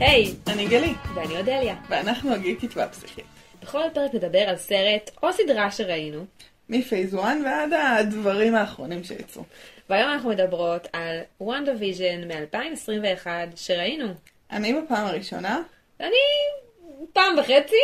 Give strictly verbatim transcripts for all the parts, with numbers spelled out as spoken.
היי, אני גלי. ואני אודליה. ואנחנו הגיקית והפסיכית. בכל פרק נדבר על סרט או סדרה שראינו. מפייז וואן ועד הדברים האחרונים שיצאו. והיום אנחנו מדברות על WandaVision מ-אלפיים עשרים ואחת שראינו. אני בפעם הראשונה. אני פעם וחצי.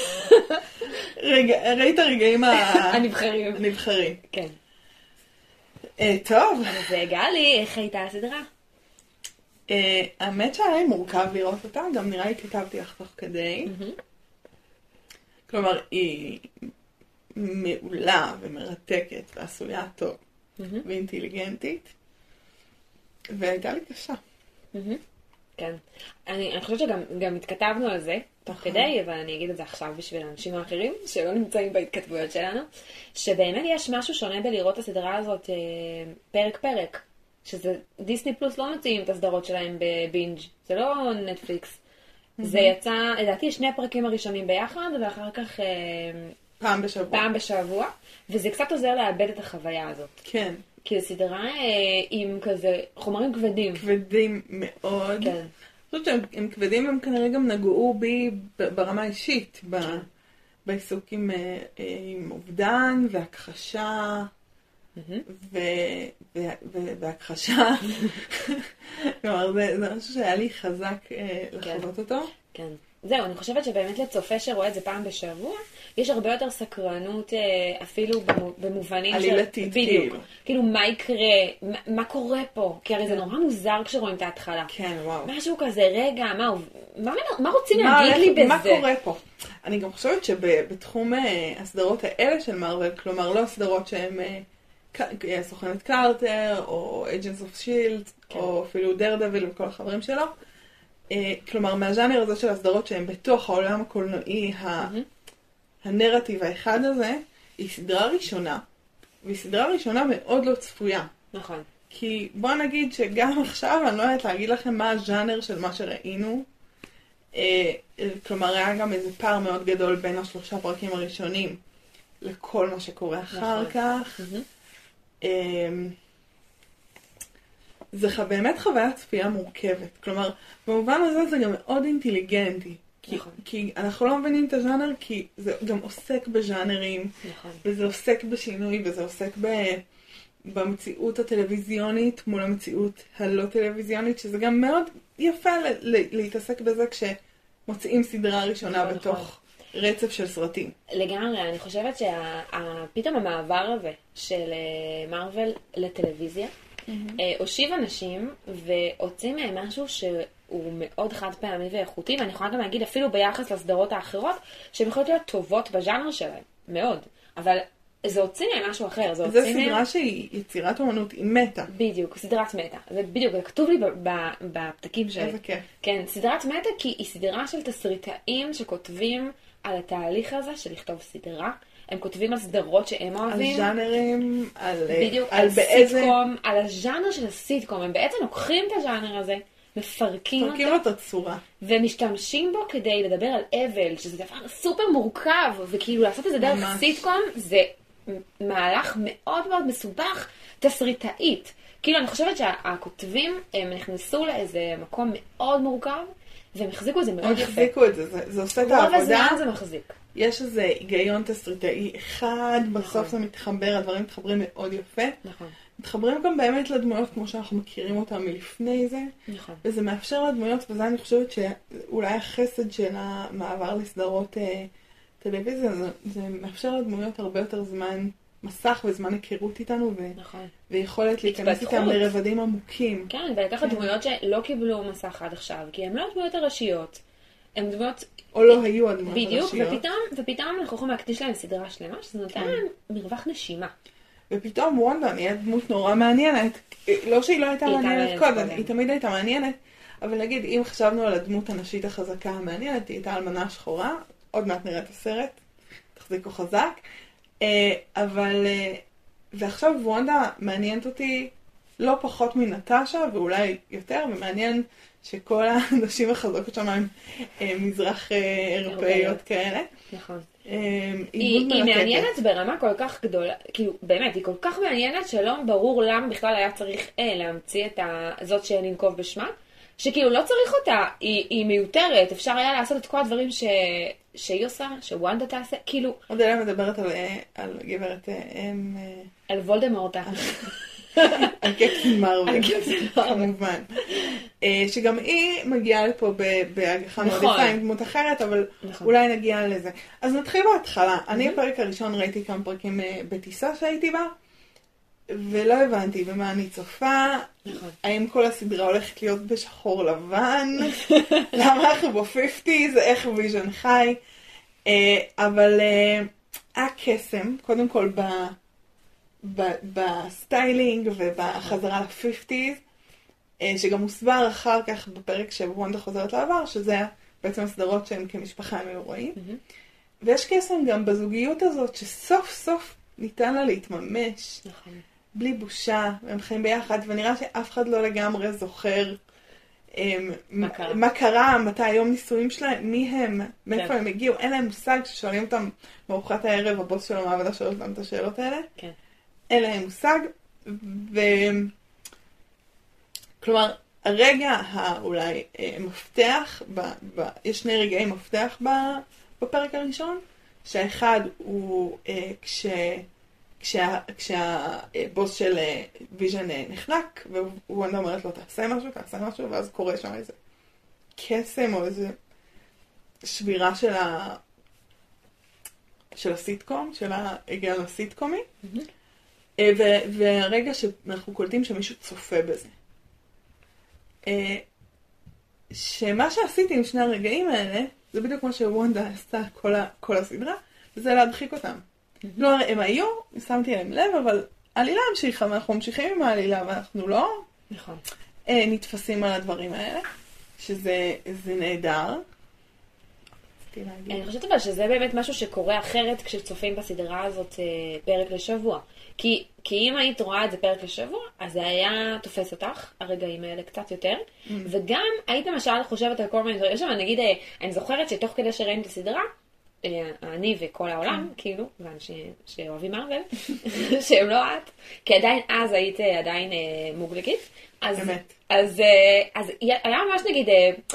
רגע, ראית הרגעים הנבחרים. הנבחרים. כן. אה, טוב. אז גלי, איך הייתה הסדרה? אה, האמת שהיה לי מורכב לראות אותה, גם נראה לי כתבתי לך תוך כדי. כלומר, היא מעולה ומרתקת ועשויה טוב ואינטליגנטית. והייתה לי קשה. כן. אני, אני חושבת שגם גם התכתבנו על זה תוך כדי, אבל אני אגיד את זה עכשיו בשביל האנשים האחרים שלא נמצאים בהתכתבויות שלנו, שבאמת יש משהו שונה בלראות את הסדרה הזאת פרק פרק, שזה דיסני פלוס לא מציעים את הסדרות שלהם בבינג', זה לא נטפליקס. זה יצא, לדעתי שני הפרקים הראשונים ביחד, ואחר כך פעם בשבוע. פעם בשבוע, וזה קצת עוזר לאבד את החוויה הזאת. כן. כי זו סדרה עם כזה חומרים כבדים. כבדים מאוד. כן. אני חושבת שהם כבדים, הם כנראה גם נגעו בי ברמה האישית, בעיסוק עם, עם אובדן והכחשה, והכחשה. כלומר, זה משהו שהיה לי חזק לחוות אותו. כן. זהו, אני חושבת שבאמת לצופה שרואה את זה פעם בשבוע, יש הרבה יותר סקרנות אפילו במובנים של... עלילתית, בדיוק. כאילו, מה יקרה? מה קורה פה? כי הרי זה נורא מוזר כשרואים את ההתחלה. כן, וואו. משהו כזה, רגע, מה רוצים להגיד לי בזה? מה קורה פה? אני גם חושבת שבתחום הסדרות האלה של מארוול, כלומר, לא הסדרות שהן סוכנת קארטר, או Agents of Shield, או אפילו דרדוויל וכל החברים שלו, כלומר, מהז'אנר הזה של הסדרות שהן בתוך העולם הקולנועי, הנרטיב האחד הזה, היא סדרה ראשונה, והיא סדרה ראשונה מאוד לא צפויה. נכון. כי בוא נגיד שגם עכשיו אני לא יודעת להגיד לכם מה הז'אנר של מה שראינו. כלומר, היה גם איזה פער מאוד גדול בין השלושה פרקים הראשונים לכל מה שקורה אחר כך. זה באמת חוויית צפייה מורכבת. כלומר, במובן הזה זה גם מאוד אינטליגנטי. כי, נכון. כי אנחנו לא מבינים את הז'אנר, כי זה גם עוסק בז'אנרים, נכון. וזה עוסק בשינוי, וזה עוסק ב, במציאות הטלוויזיונית מול המציאות הלא טלוויזיונית, שזה גם מאוד יפה ל, ל, להתעסק בזה כשמוצאים סדרה ראשונה נכון, בתוך נכון. רצף של סרטים. לגמרי, אני חושבת שפתאום המעבר הזה של מארוול לטלוויזיה, הושיב אנשים והוציא מהם משהו שהוא מאוד חד פעמי ואיכותי, ואני יכולה גם להגיד אפילו ביחס לסדרות האחרות שהן יכולות להיות טובות בז'אנר שלהם, מאוד, אבל זה הוציא מהם משהו אחר. זה סדרה מהם... שהיא יצירת אומנות, היא מטה. בדיוק, סדרת מטה. זה בדיוק, זה כתוב לי בפתקים שלי. איזה כיף. כן, סדרת מטה כי היא סדרה של תסריטאים שכותבים על התהליך הזה של לכתוב סדרה. הם כותבים על סדרות שהם אוהבים. על ז'אנרים, על... בדיוק, על, על סיטקום, על הז'אנר של הסיטקום. הם בעצם לוקחים את הז'אנר הזה, מפרקים אותו. מפרקים אותו צורה. ומשתמשים בו כדי לדבר על אבל, שזה דבר סופר מורכב, וכאילו לעשות את זה דרך סיטקום, זה מהלך מאוד מאוד מסובך, תסריטאית. כאילו אני חושבת שהכותבים, הם נכנסו לאיזה מקום מאוד מורכב, והם החזיקו את זה מאוד יפה. הם החזיקו את זה, זה, זה עושה את העבודה. רוב הזמן זה מחזיק. יש איזה היגיון תסריטאי אחד, בסוף זה מתחבר, הדברים מתחברים מאוד יפה. נכון. מתחברים גם באמת לדמויות כמו שאנחנו מכירים אותם מלפני זה. נכון. וזה מאפשר לדמויות, וזה אני חושבת שאולי החסד של המעבר לסדרות אה, טלוויזיה, זה, זה מאפשר לדמויות הרבה יותר זמן מסך וזמן היכרות איתנו, ו... נכון. ויכולת להיכנס איתם לרבדים עמוקים. כן, ולקחת כן. דמויות שלא קיבלו מסך עד עכשיו, כי הן לא דמויות הראשיות. הן דמויות... או לא היו הדמויות בדיוק, הראשיות. בדיוק, ופתאום, ופתאום אנחנו יכולים להקדיש להם סדרה שלמה, שזה נותן כן. להם מרווח נשימה. ופתאום וונדה נהיית דמות נורא מעניינת. לא שהיא לא הייתה מעניינת קודם, היא תמיד הייתה מעניינת. אבל נגיד, אם חשבנו על הדמות הנשית החזקה המעניינת, היא הייתה אלמנה שחורה, עוד מעט נראה את הסרט, תחזיקו חזק. אבל, ועכשיו וונדה מעניינת אותי לא פחות מנטשה, ואולי יותר, ומעניין שכל האנשים החזקות שם הם מזרח אירופאיות כאלה. נכון. היא מעניינת ברמה כל כך גדולה, כאילו באמת, היא כל כך מעניינת שלא ברור למה בכלל היה צריך להמציא את זאת שננקוב בשמה, שכאילו לא צריך אותה, היא, היא מיותרת, אפשר היה לעשות את כל הדברים ש... שהיא עושה, שוונדה תעשה, כאילו... עוד אלה מדברת על, על גברת אם... על וולדמורט. על קפטן מרוויל, כמובן. שגם היא מגיעה לפה בהגחה מאוד יפה עם דמות אחרת, אבל אולי נגיע לזה. אז נתחיל בהתחלה. אני בפרק הראשון ראיתי כמה פרקים בטיסה שהייתי בה, ולא הבנתי במה אני צופה, האם כל הסדרה הולכת להיות בשחור לבן, למה אנחנו ב-חמישים, איך ויז'ן חי, אבל היה קסם, קודם כל ב... בסטיילינג ובחזרה ל-חמישים, שגם מוסבר אחר כך בפרק שוונדה חוזרת לעבר, שזה בעצם הסדרות שהן כמשפחה הם היו רואים. ויש קסם גם בזוגיות הזאת, שסוף סוף ניתן לה להתממש, בלי בושה, והם חיים ביחד, ונראה שאף אחד לא לגמרי זוכר מה קרה, מתי היום נישואים שלהם, מי הם, מאיפה הם הגיעו, אין להם מושג ששואלים אותם בארוחת הערב, הבוס שלו מהעבודה שואל אותם את השאלות האלה. כן. אין להם מושג, ו... כלומר, הרגע האולי מפתח, ב... ב... יש שני רגעי מפתח ב... בפרק הראשון, שהאחד הוא כש... כשה... כשהבוס של ויז'ן נחנק, ווונדה אומרת לו, תעשה משהו, תעשה משהו, ואז קורה שם איזה קסם או איזה שבירה של ה... של הסיטקום, של ההיגיון הסיטקומי. Mm-hmm. והרגע שאנחנו קולטים שמישהו צופה בזה. שמה שעשיתי עם שני הרגעים האלה, זה בדיוק כמו שוונדה עשתה כל הסדרה, וזה להדחיק אותם. לא, הם היו, שמתי להם לב, אבל עלילה המשיכה, ואנחנו ממשיכים עם העלילה, ואנחנו לא נתפסים על הדברים האלה, שזה נהדר. אני חושבת אבל שזה באמת משהו שקורה אחרת כשצופים בסדרה הזאת פרק לשבוע. כי, כי אם היית רואה את זה פרק לשבוע, אז זה היה תופס אותך, הרגעים האלה קצת יותר, mm. וגם היית למשל חושבת על כל מיני דברים, שם, נגיד, אני זוכרת שתוך כדי שראינו את הסדרה, אני וכל העולם, mm. כאילו, ואנשים שאוהבים מרוול, שהם לא את, כי עדיין אז היית עדיין מוגלגית, אז, אז, אז היה ממש נגיד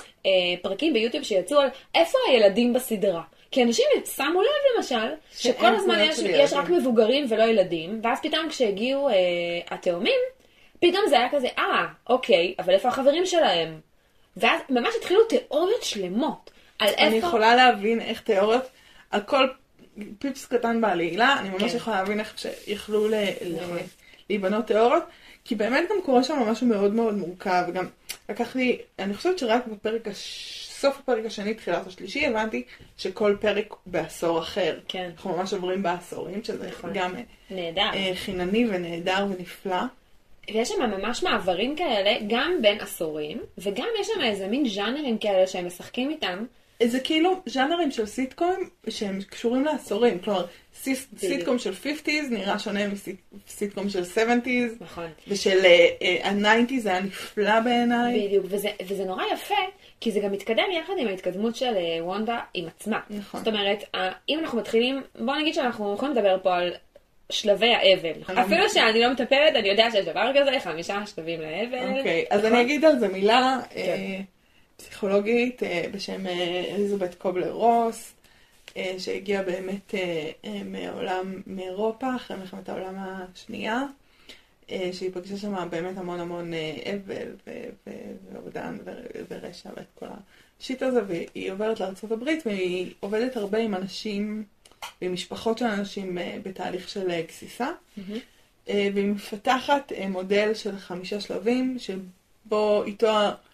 פרקים ביוטיוב שיצאו על איפה הילדים בסדרה. כי אנשים שמו לב למשל, שכל הזמן יש, יש רק מבוגרים ולא ילדים, ואז פתאום כשהגיעו אה, התאומים, פתאום זה היה כזה, אה, אוקיי, אבל איפה החברים שלהם? ואז ממש התחילו תיאוריות שלמות. על איפה... אני יכולה להבין איך תיאוריות, על כל פיפס קטן בעלילה, אני ממש כן. יכולה להבין איך שיכלו ל... ל... להיבנות תיאוריות, כי באמת גם קורה שם משהו מאוד מאוד מורכב, וגם לקח לי, אני חושבת שרק בפרק הש... סוף הפרק השני, תחילת השלישי, הבנתי שכל פרק בעשור אחר. כן. אנחנו ממש עוברים בעשורים, שזה נכון. גם נהדר. חינני ונהדר ונפלא. ויש שם ממש מעברים כאלה, גם בין עשורים, וגם יש שם איזה מין ז'אנרים כאלה שהם משחקים איתם. זה כאילו ז'אנרים של סיטקום שהם קשורים לעשורים. כלומר, סיט, סיטקום של חמישים נראה שונה מסיטקום של שבעים. נכון. ושל ה-תשעים זה היה נפלא בעיניי. בדיוק, וזה, וזה נורא יפה. כי זה גם מתקדם יחד עם ההתקדמות של וונדה עם עצמה. נכון. זאת אומרת, אם אנחנו מתחילים, בוא נגיד שאנחנו יכולים לדבר פה על שלבי האבל. אפילו שאני לא מטפלת, אני יודע שיש דבר כזה, חמישה שלבים לאבל. אוקיי, אז אני אגיד על זה מילה פסיכולוגית בשם אליזבת קובלר רוס, שהגיעה באמת מעולם, מאירופה, אחרי מלחמת העולם השנייה. שהיא פגשה שם באמת המון המון אבל ועובדן ורשע ואת כל השיט הזה, והיא עוברת לארצות הברית והיא עובדת הרבה עם אנשים ועם משפחות של אנשים בתהליך של גסיסה, והיא מפתחת מודל של חמישה שלבים שבו איתו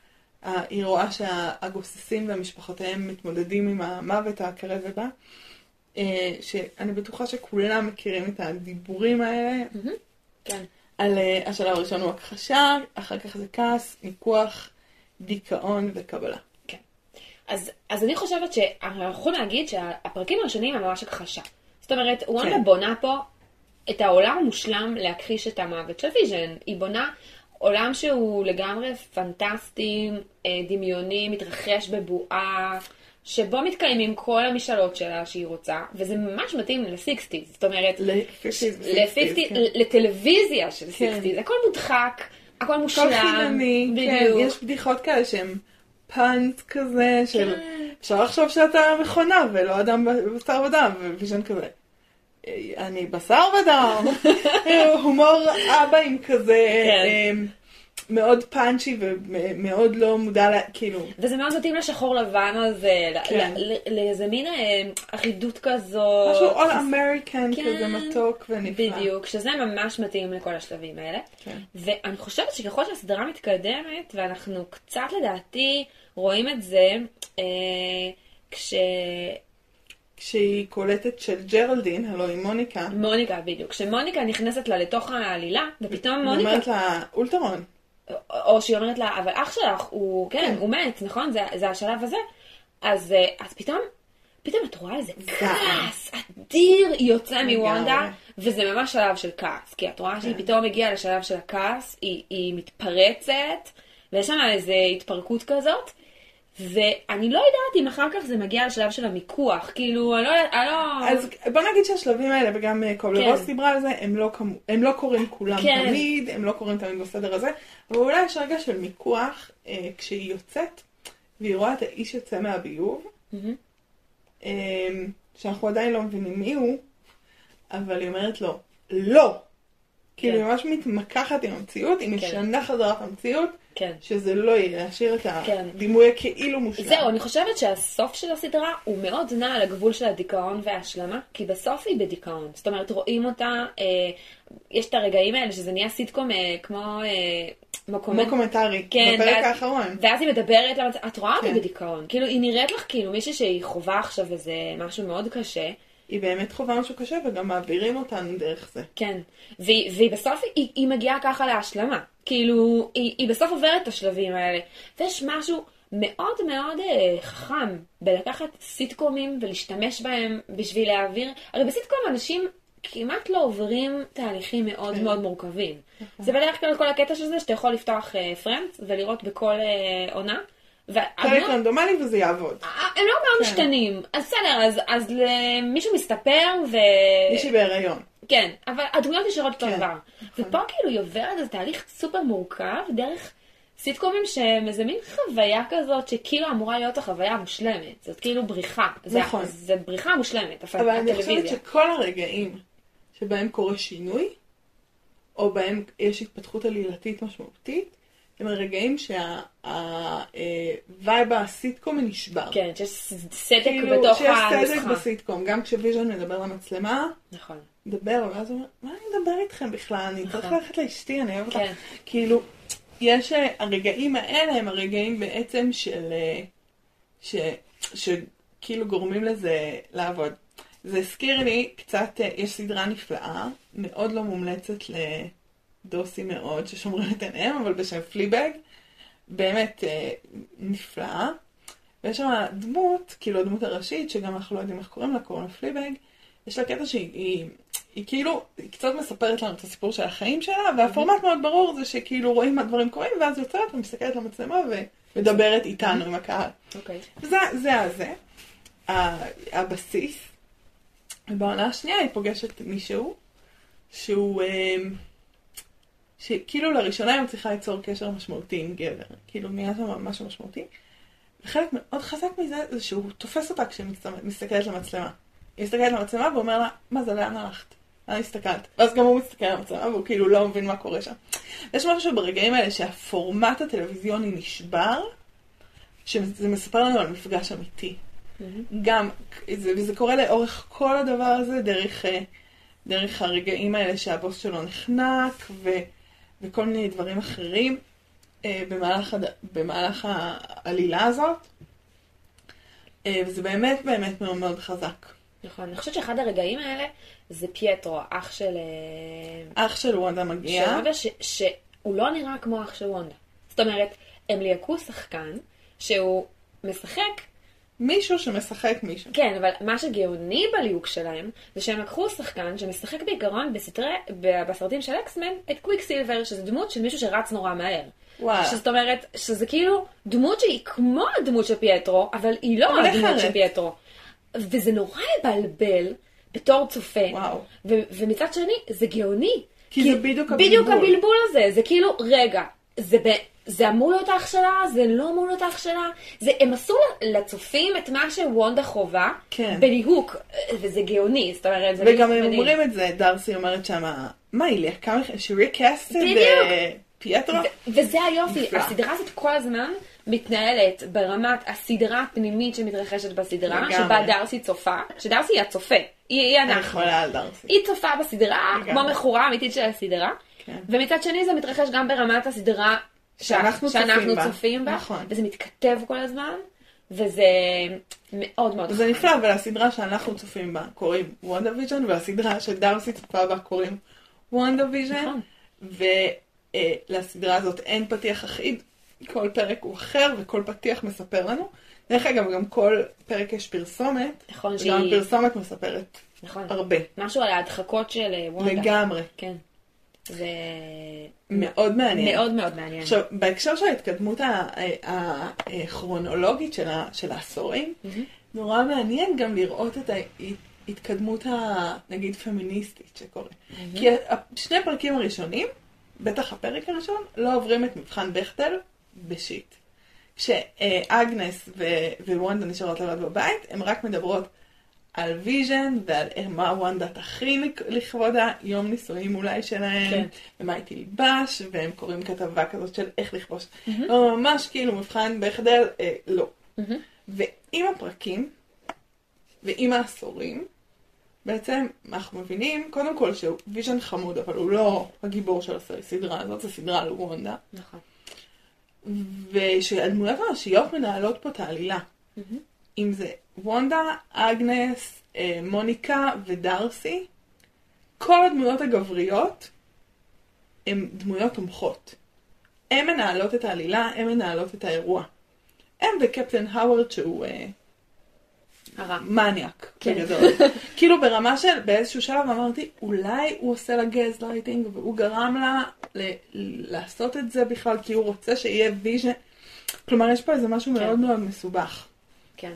היא רואה שהגוססים והמשפחותיהם מתמודדים עם המוות הקרב ובא, שאני בטוחה שכולם מכירים את הדיבורים האלה. כן. על השלב הראשון הוא הכחשה, אחר כך זה כעס, מיקוח, דיכאון וקבלה. כן. אז, אז אני חושבת שאנחנו יכולים להגיד שהפרקים הראשונים הם ממש הכחשה. זאת אומרת, וונדה כן. בונה פה את העולם המושלם להכחיש את המוות של ויז'ן. היא בונה עולם שהוא לגמרי פנטסטי, דמיוני, מתרחש בבועה, שבו מתקיימים כל המשאלות שלה שהיא רוצה, וזה ממש מתאים ל-שישים. זאת אומרת, לטלוויזיה של שישים. הכל מודחק, הכל מושלם. הכל חינני, כן, יש בדיחות כאלה שהם פאנט כזה, של אפשר לחשוב שאתה מכונה ולא אדם בשר ודם, וויז'ן כזה. אני בשר ודם, הומור אבא עם כזה מאוד פאנצ'י ומאוד לא מודע, כאילו. וזה מאוד מתאים לשחור לבן הזה, לאיזה מין אחידות כזאת. משהו all American כזה מתוק ונפלא. בדיוק, שזה ממש מתאים לכל השלבים האלה. ואני חושבת שככל שהסדרה מתקדמת, ואנחנו קצת לדעתי רואים את זה, כש... כשהיא קולטת של ג'רלדין, הלוא היא מוניקה. מוניקה, בדיוק. כשמוניקה נכנסת לה לתוך העלילה, ופתאום מוניקה... היא אומרת לה, אולטרון. או שהיא אומרת לה, אבל אח שלך, הוא, כן, הוא מת, נכון? זה, זה השלב הזה. אז, אז פתאום, פתאום את רואה איזה כעס אדיר יוצא מוונדה, וזה ממש שלב של כעס. כי את רואה שהיא פתאום הגיעה לשלב של הכעס, היא, היא מתפרצת, ויש שם איזו התפרקות כזאת, ואני לא יודעת אם אחר כך זה מגיע לשלב של המיקוח, כאילו, אני לא יודעת, אני לא... אז בוא נגיד שהשלבים האלה, וגם קובלרוס כן. דיברה על זה, הם לא, הם לא קוראים כולם כן. תמיד, הם לא קוראים תמיד בסדר הזה, אבל אולי יש רגע של מיקוח, אה, כשהיא יוצאת, והיא רואה את האיש יוצא מהביוב, mm-hmm. אה, שאנחנו עדיין לא מבינים מי הוא, אבל היא אומרת לו, לא! כאילו, היא ממש מתמקחת עם המציאות, היא משנה חזרת המציאות, שזה לא יהיה, להשאיר את הדימוי כאילו מושלם. זהו, אני חושבת שהסוף של הסדרה הוא מאוד נע על הגבול של הדיכאון וההשלמה, כי בסוף היא בדיכאון. זאת אומרת, רואים אותה, יש את הרגעים האלה שזה נהיה סיטקום כמו... מוקומנטרי, בפרק האחרון. ואז היא מדברת, את רואה אותי בדיכאון. כאילו, היא נראית לך כאילו מישהי שהיא חובה עכשיו איזה משהו מאוד קשה. היא באמת חובה משהו קשה, וגם מעבירים אותנו דרך זה. כן, והיא, והיא בסוף היא, היא מגיעה ככה להשלמה. כאילו, היא, היא בסוף עוברת את השלבים האלה. ויש משהו מאוד מאוד אה, חכם בלקחת סיטקומים ולהשתמש בהם בשביל להעביר. הרי בסיטקום אנשים כמעט לא עוברים תהליכים מאוד כן. מאוד מורכבים. זה בדרך כלל כל הקטע של זה, שאתה יכול לפתוח אה, פרנדס ולראות בכל אה, עונה. פרק רנדומלי וזה יעבוד. הם לא מאוד משתנים. אז בסדר, אז, אז מישהו מסתפר ו... מישהי בהיריון. כן, אבל הדמויות נשארות אותו דבר. ופה כאילו היא עוברת איזה תהליך סופר מורכב, דרך סיטקומים שהם איזה מין חוויה כזאת, שכאילו אמורה להיות החוויה המושלמת. זאת כאילו בריחה. נכון. זה בריחה מושלמת, אבל אני חושבת שכל הרגעים שבהם קורה שינוי, או בהם יש התפתחות עלילתית משמעותית, הם הרגעים שהווייב הסיטקום נשבר. כן, שיש סדק בתוך הנוסחה. שיש סדק בסיטקום, גם כשוויז'ן מדבר למצלמה, נכון. מדבר, ואז הוא אומר, מה אני מדבר איתכם בכלל? אני צריך ללכת לאשתי, אני אוהב אותך. כאילו, יש הרגעים האלה, הם הרגעים בעצם של, שכאילו גורמים לזה לעבוד. זה הזכיר לי קצת, יש סדרה נפלאה, מאוד לא מומלצת ל... דוסי מאוד, ששומרים את עיניהם, אבל בשם פליבג, באמת אה, נפלאה. ויש שם דמות, כאילו הדמות הראשית, שגם אנחנו לא יודעים איך קוראים לה, קוראים לה פליבג, יש לה קטע שהיא היא, היא כאילו, היא קצת מספרת לנו את הסיפור של החיים שלה, והפורמט מאוד ברור זה שכאילו רואים מה דברים קורים, ואז יוצאת ומסתכלת למצלמה ומדברת איתנו, עם הקהל. אוקיי. וזה זה הזה, הבסיס. ובעונה השנייה היא פוגשת מישהו, שהוא... שכאילו לראשונה היא מצליחה ליצור קשר משמעותי עם גבר. כאילו נהיה שם משהו משמעותי. וחלק מאוד חזק מזה זה שהוא תופס אותה כשהיא מסתכלת למצלמה. היא מסתכלת למצלמה ואומר לה, מה זה, לאן הלכת? לאן הסתכלת? ואז גם הוא מסתכל למצלמה והוא כאילו לא מבין מה קורה שם. יש משהו ברגעים האלה שהפורמט הטלוויזיוני נשבר, שזה מספר לנו על מפגש אמיתי. גם, וזה קורה לאורך כל הדבר הזה דרך, דרך הרגעים האלה שהבוס שלו נחנק ו... וכל מיני דברים אחרים אה, במהלך, הד... במהלך העלילה הזאת. אה, וזה באמת באמת מאוד מאוד חזק. נכון, אני חושבת שאחד הרגעים האלה זה פייטרו, אח של... אח של וונדה מגיע. של וונדה ש... שהוא לא נראה כמו אח של וונדה. זאת אומרת, הם ליהקו שחקן שהוא משחק... מישהו שמשחק מישהו. כן, אבל מה שגאוני בליהוק שלהם, זה שהם לקחו שחקן שמשחק בעיקרון בסתרי, בסרטים של אקסמן, את קוויק סילבר, שזה דמות של מישהו שרץ נורא מהר. וואו. שזאת אומרת, שזה כאילו דמות שהיא כמו הדמות של פייטרו, אבל היא לא הדמות של פייטרו. וזה נורא לבלבל בתור צופה. וואו. ו- ומצד שני, זה גאוני. כי זה בדיוק הבלבול. בדיוק הבלבול הזה, זה כאילו, רגע, זה, ב, זה אמור להיות ההכשלה, זה לא אמור להיות ההכשלה, זה, הם עשו לצופים את מה שוונדה חובה, כן. בליהוק, וזה גאוני, זאת אומרת, זה וגם הם אומרים את זה, דארסי אומרת שמה, מה היא, כמה, שריקסטד פייטרו? וזה היופי, הסדרה הזאת כל הזמן מתנהלת ברמת הסדרה הפנימית שמתרחשת בסדרה, שבה דארסי צופה, שדארסי היא הצופה, היא אנחנו. אני יכולה על דארסי. היא צופה בסדרה, כמו מכורה אמיתית של הסדרה, ומצד שני זה מתרחש גם ברמת הסדרה שאנחנו צופים בה, וזה מתכתב כל הזמן, וזה מאוד מאוד חשוב. זה נפלא, ולסדרה שאנחנו צופים בה קוראים וונדה ויז'ן, והסדרה שדארסי צופה בה קוראים וונדה ויז'ן, ולסדרה הזאת אין פתיח אחיד, כל פרק הוא אחר, וכל פתיח מספר לנו. דרך אגב, גם כל פרק יש פרסומת, וגם פרסומת מספרת הרבה. משהו על ההדחקות של וונדה. לגמרי. כן. זה מאוד מעניין. מאוד מאוד מעניין. עכשיו, בהקשר של ההתקדמות הכרונולוגית של העשורים, נורא מעניין גם לראות את ההתקדמות, נגיד, פמיניסטית שקורה. כי שני הפרקים הראשונים, בטח הפרק הראשון, לא עוברים את מבחן בכטל בשיט. כשאגנס ווונדה נשארות לבד בבית, הן רק מדברות על ויז'ן ועל מה וונדה תכין לכבוד היום נישואים אולי שלהם, כן. ומה היא תלבש, והם קוראים כתבה כזאת של איך לכבוש. Mm-hmm. לא ממש כאילו מבחן בכדל, אה, לא. Mm-hmm. ועם הפרקים, ועם העשורים, בעצם אנחנו מבינים, קודם כל שוויז'ן חמוד, אבל הוא לא הגיבור של הסדרה הזאת, זו סדרה על וונדה. נכון. ושהדמויות הראשיות מנהלות פה את העלילה. Mm-hmm. אם זה וונדה, אגנס, מוניקה ודארסי, כל הדמויות הגבריות הן דמויות תומכות. הן מנהלות את העלילה, הן מנהלות את האירוע. הם וקפטן האוורד שהוא הרע. מניאק. כן. כאילו ברמה של, באיזשהו שלב אמרתי, אולי הוא עושה לה גז לייטינג, והוא גרם לה ל- לעשות את זה בכלל, כי הוא רוצה שיהיה ויז'ן. כלומר, יש פה איזה משהו כן. מאוד מאוד מסובך. כן.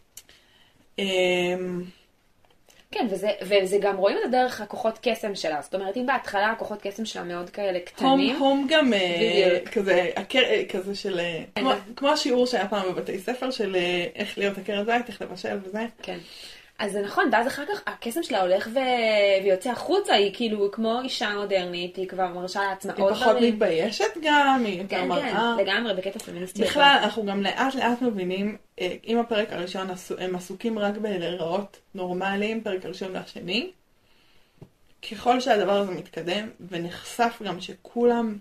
כן, וזה, וזה גם רואים את הדרך הכוחות קסם שלה. זאת אומרת, אם בהתחלה הכוחות קסם שלה מאוד כאלה קטנים. הום, הום גם כזה, כזה של, כמו, כמו השיעור שהיה פעם בבתי ספר של איך להיות עקרת בית, איך לבשל וזה. כן. אז זה נכון, ואז אחר כך הקסם שלה הולך ו... ויוצא החוצה, היא כאילו כמו אישה מודרנית, היא כבר מרשה לעצמה עוד דברים. היא פחות מתביישת גם, היא יותר מראה. כן, לגמרי, בקטע פמיניסטי. בכלל, אנחנו גם לאט לאט מבינים, אם הפרק הראשון הם עסוקים רק בלהיראות נורמליים, פרק הראשון והשני, ככל שהדבר הזה מתקדם, ונחשף גם שכולם,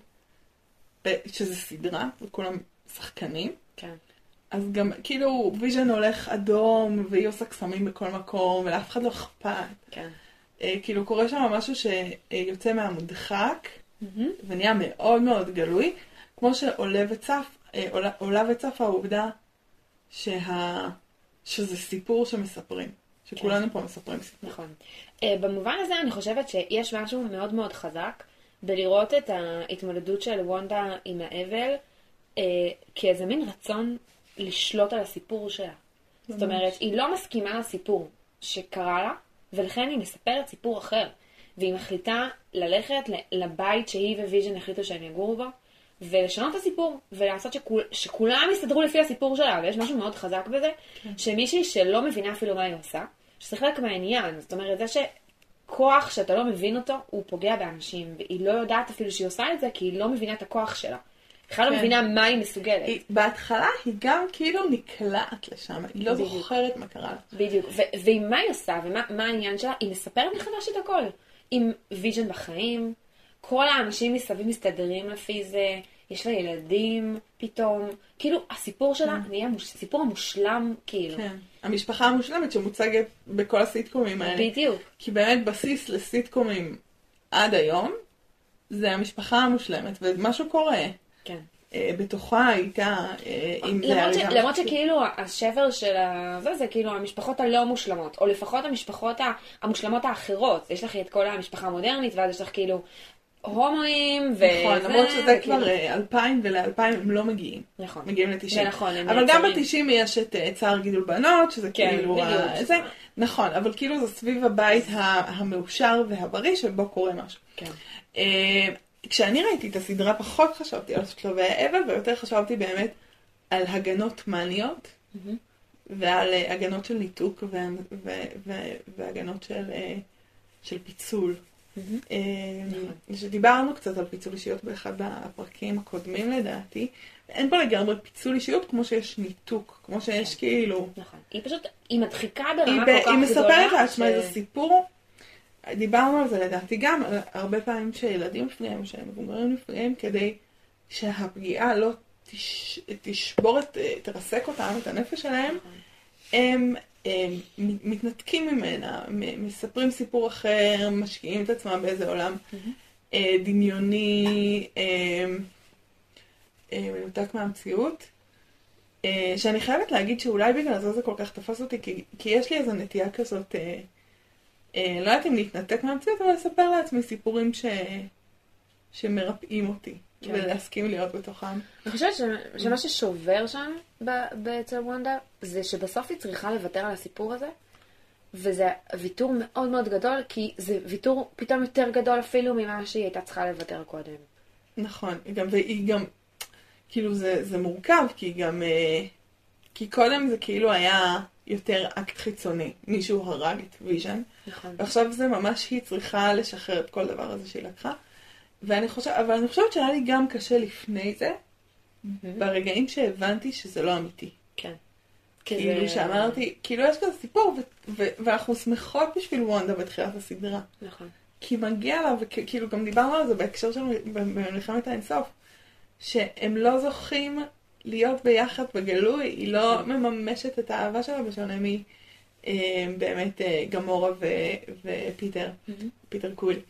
שזה סדרה, וכולם שחקנים, כן. אז גם, כאילו, ויז'ן הולך אדום, והיא עושה קסמים בכל מקום, ולאף אחד לא אכפת. כן. אה, כאילו, קורה שם משהו שיוצא מהמודחק, mm-hmm. ונהיה מאוד מאוד גלוי, כמו שעולה וצף, אה, עולה, עולה וצף העובדה שה... שזה סיפור שמספרים. שכולנו כן. פה מספרים סיפור. נכון. אה, במובן הזה אני חושבת שיש משהו מאוד מאוד חזק, בלראות את ההתמודדות של וונדה עם האבל, אה, כאיזה מין רצון לשלוט על הסיפור שלה. זאת אומרת, היא לא מסכימה לסיפור שקרה לה, ולכן היא מספרת סיפור אחר. והיא מחליטה ללכת לבית שהיא וויז'ן החליטו שהם יגורו בו, ולשנות את הסיפור, ולעשות שכול, שכולם יסתדרו לפי הסיפור שלה, ויש משהו מאוד חזק בזה, שמישהי שלא מבינה אפילו מה היא עושה, שזה חלק מהעניין. זאת אומרת, זה שכוח שאתה לא מבין אותו, הוא פוגע באנשים, והיא לא יודעת אפילו שהיא עושה את זה, כי היא לא מבינה את הכוח שלה. בכלל לא מבינה מה היא מסוגלת. בהתחלה היא גם כאילו נקלעת לשם, היא לא זוכרת מה קרה לה. בדיוק, ועם מה היא עושה, ומה העניין שלה, היא מספרת מחדש את הכל. עם ויז'ן בחיים, כל האנשים מסביב מסתדרים לפי זה, יש לה ילדים פתאום, כאילו הסיפור שלה נהיה סיפור המושלם, כאילו. כן, המשפחה המושלמת שמוצגת בכל הסיטקומים האלה. בדיוק. כי באמת בסיס לסיטקומים עד היום, זה המשפחה המושלמת, ומשהו קורה. כן. בתוכה הייתה, אם זה היה... למרות שכאילו השבר של זה, זה כאילו המשפחות הלא מושלמות, או לפחות המשפחות המושלמות האחרות. יש לך את כל המשפחה המודרנית, ואז יש לך כאילו הומואים ו... נכון, למרות שזה כבר אלפיים ול-אלפיים הם לא מגיעים. נכון. מגיעים ל-תשעים. נכון, אבל גם ב-תשעים יש את צער גידול בנות, שזה כאילו... זה, נכון, אבל כאילו זה סביב הבית המאושר והבריא שבו קורה משהו. כן. כשאני ראיתי את הסדרה פחות חשבתי על שלבי האבל, ויותר חשבתי באמת על הגנות מניות, ועל הגנות של ניתוק והגנות של פיצול. שדיברנו קצת על פיצול אישיות באחד הפרקים הקודמים לדעתי, אין פה לגמרי פיצול אישיות כמו שיש ניתוק, כמו שיש כאילו... נכון, היא פשוט, היא מדחיקה ברמה כל כך גדולה. היא מספרת לעצמה איזה סיפור, דיברנו על זה לדעתי גם, הרבה פעמים שילדים מפריעים, שהם מבוגרים מפריעים, כדי שהפגיעה לא תשבור, תרסק אותם, את הנפש שלהם, הם מתנתקים ממנה, מספרים סיפור אחר, משקיעים את עצמם באיזה עולם דמיוני, מנותק מהמציאות. שאני חייבת להגיד שאולי בגלל זה זה כל כך תפס אותי, כי יש לי איזו נטייה כזאת, לא יודעת אם להתנתק מהמציאות, אבל לספר לעצמי סיפורים שמרפאים אותי. ולהסכים להיות בתוכם. אני חושבת שמה ששובר שם אצל וונדה, זה שבסוף היא צריכה לוותר על הסיפור הזה, וזה ויתור מאוד מאוד גדול, כי זה ויתור פתאום יותר גדול אפילו ממה שהיא הייתה צריכה לוותר קודם. נכון, והיא גם, כאילו זה מורכב, כי גם, כי קודם זה כאילו היה יותר אקט חיצוני, מישהו הרג את ויז'ן, ועכשיו זה ממש היא צריכה לשחרר את כל דבר הזה שהיא לקחה, ואני חושבת, אבל אני חושבת שהיה לי גם קשה לפני זה, ברגעים שהבנתי שזה לא אמיתי. כן. כאילו שאמרתי, כאילו יש כזה סיפור, ואנחנו שמחות בשביל וונדה בתחילת הסדרה. נכון. כי מגיע לה, וכאילו גם דיברנו על זה בהקשר של במלחמת האינסוף, שהם לא זוכים להיות ביחד בגלוי, היא לא מממשת את האהבה שלה בשונה מי באמת גמורה ופיטר, פיטר קוויל.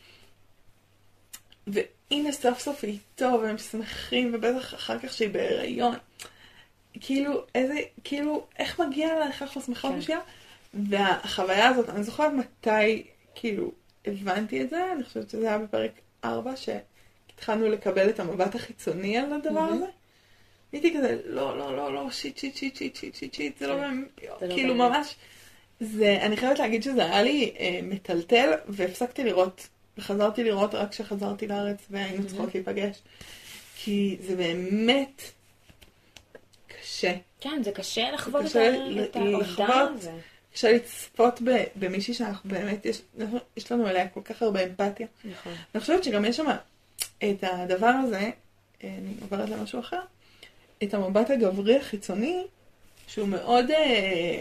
והנה סוף סוף היא טוב, והם שמחים, ובטח אחר כך שהיא בהיריון. כאילו, איזה, כאילו, איך מגיע לה, איך אנחנו שמחות בשבילה? והחוויה הזאת, אני זוכרת מתי, כאילו, הבנתי את זה, אני חושבת שזה היה בפרק ארבע, שהתחלנו לקבל את המבט החיצוני על הדבר הזה. הייתי כזה, לא, לא, לא, לא, שיט, שיט, שיט, שיט, שיט, שיט, שיט, זה לא באמת, כאילו ממש, זה, אני חייבת להגיד שזה היה לי מטלטל, והפסקתי לראות, וחזרתי לראות רק כשחזרתי לארץ, והיינו צריכות להיפגש. כי זה באמת קשה. כן, זה קשה לחוות את העובדה הזה. קשה לצפות במישהי שאנחנו באמת, יש לנו אליה כל כך הרבה אמפתיה. נכון. אני חושבת שגם יש שם את הדבר הזה, אני עוברת למשהו אחר, את המבט הגברי החיצוני, שהוא מאוד אה,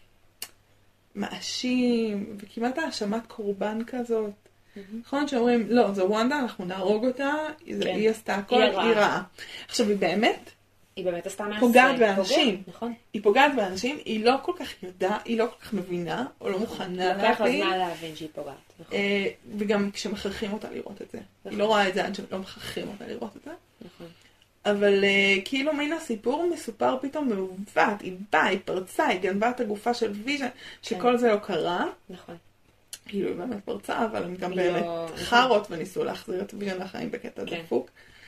מאשים, וכמעט האשמת קורבן כזאת. נכון שאומרים, לא, זו וונדה, אנחנו נהרוג אותה, היא עשתה הכל, היא רעה. עכשיו, היא באמת, היא באמת עשתה מעשה. פוגעת באנשים. נכון. היא פוגעת באנשים, היא לא כל כך יודעת, היא לא כל כך מבינה, או לא מוכנה להבין. לקח הזמן להבין שהיא פוגעת. נכון. וגם כשמכרחים אותה לראות את זה. היא לא רואה את זה עד שלא מכרחים אותה לראות את זה. נכון. אבל כאילו מן הסיפור מסופר פתאום מעוות, היא באה, היא פרצה, היא גנבה את הגופה של ויז'ן, שכל זה לא קרה. נכון. כאילו היא באמת פרצה, אבל הם גם באמת חרות וניסו להחזיר את ויז'ן לחיים בקטע דפוק.